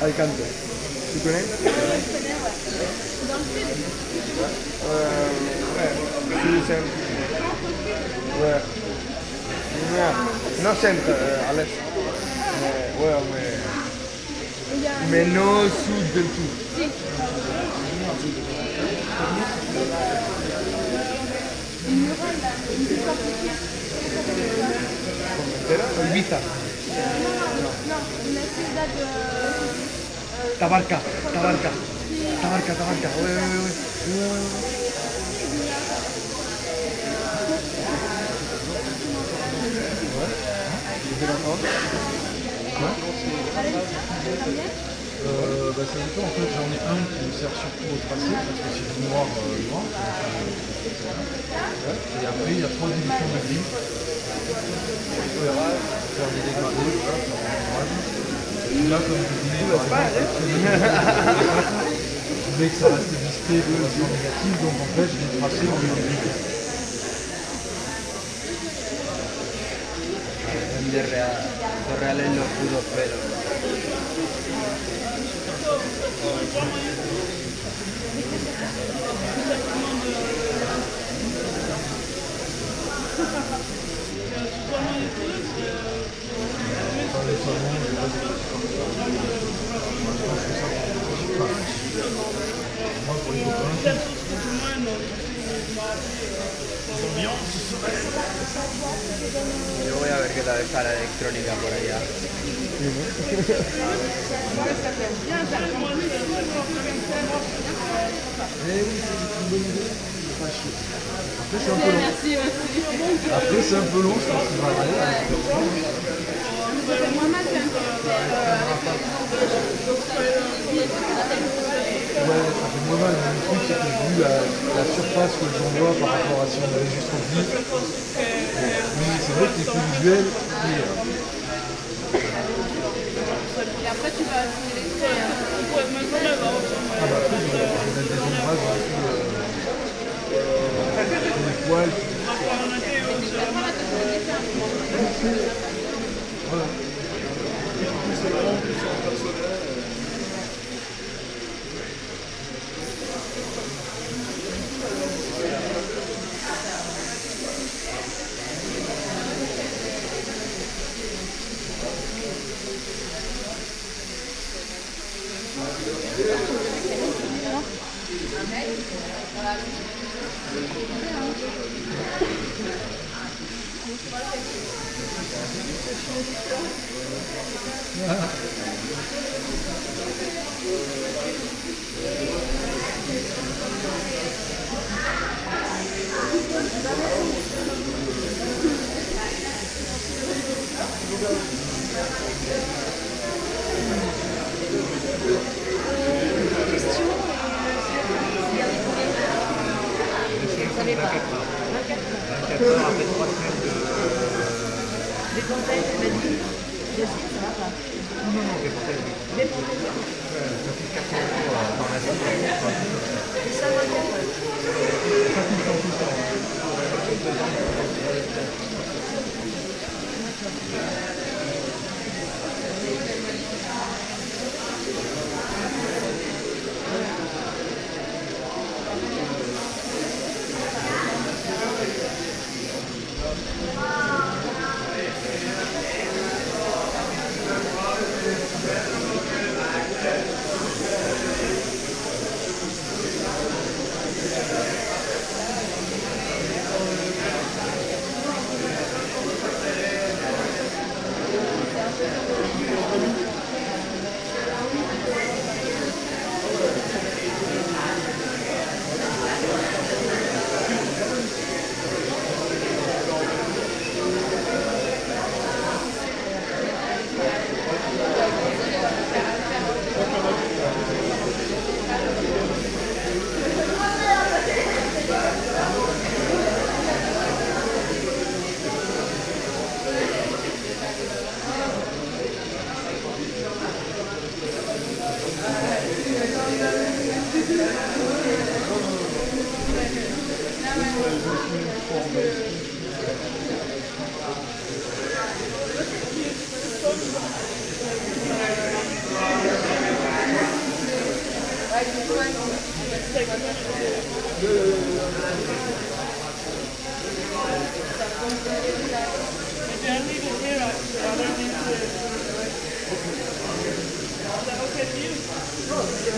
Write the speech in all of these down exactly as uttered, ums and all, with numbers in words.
Alicante. Tu connais? Euh, ouais. C'est c'est un- ouais. Ouais. Non, centre, euh, à l'est. Mais, ouais, mais, mais non au sud del tout. Era Ibiza. Tabarca, Tabarca, Tabarca, Tabarca. Ouais, ouais, ouais, ouais. Ouais, ouais. Vous êtes d'accord? Euh, bah, ça dépend, en fait j'en ai un qui me sert surtout au tracé parce que c'est du noir euh, noir. Ouais. Et après il y a trois divisions de gris. Éclairage, faire des dégradés, voilà, faire des ombrages. Et là comme je voulais par exemple, je voulais que ça reste discret de vision négative, donc en fait je l'ai tracé en gris. De real, de reales no pudo, pero yo voy a ver qué tal está la electrónica por allá. Après c'est un peu long. Merci, merci. Après c'est un peu long, je pense qu'il va aller. Ça fait moins mal qu'un peu. Ouais, ça fait moins mal, mais le truc c'est que vu la, la surface que j'envoie par rapport à si on avait juste rempli, oui, c'est vrai que les plus visuels, et, euh, Et après, tu vas affiner les traits. ah bah après je vais je vais mettre des ombrages un peu euh, sur les poils. Voilà. take a picture. Maybe I leave it here actually. I don't need to. Is that okay for you?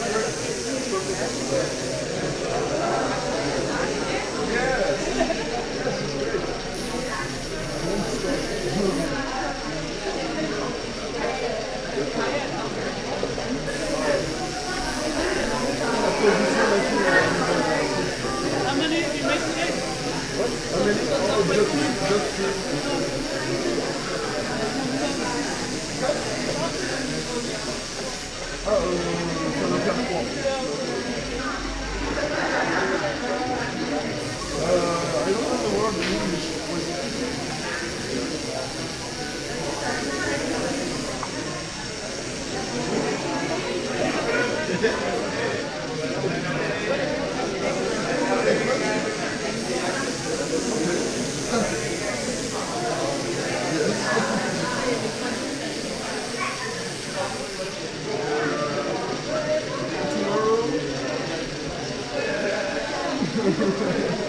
How many have you made today? How many? Oh, just three, just three. Ah, euh, ça va faire trois. Uh, I don't know the word in English. Tomorrow.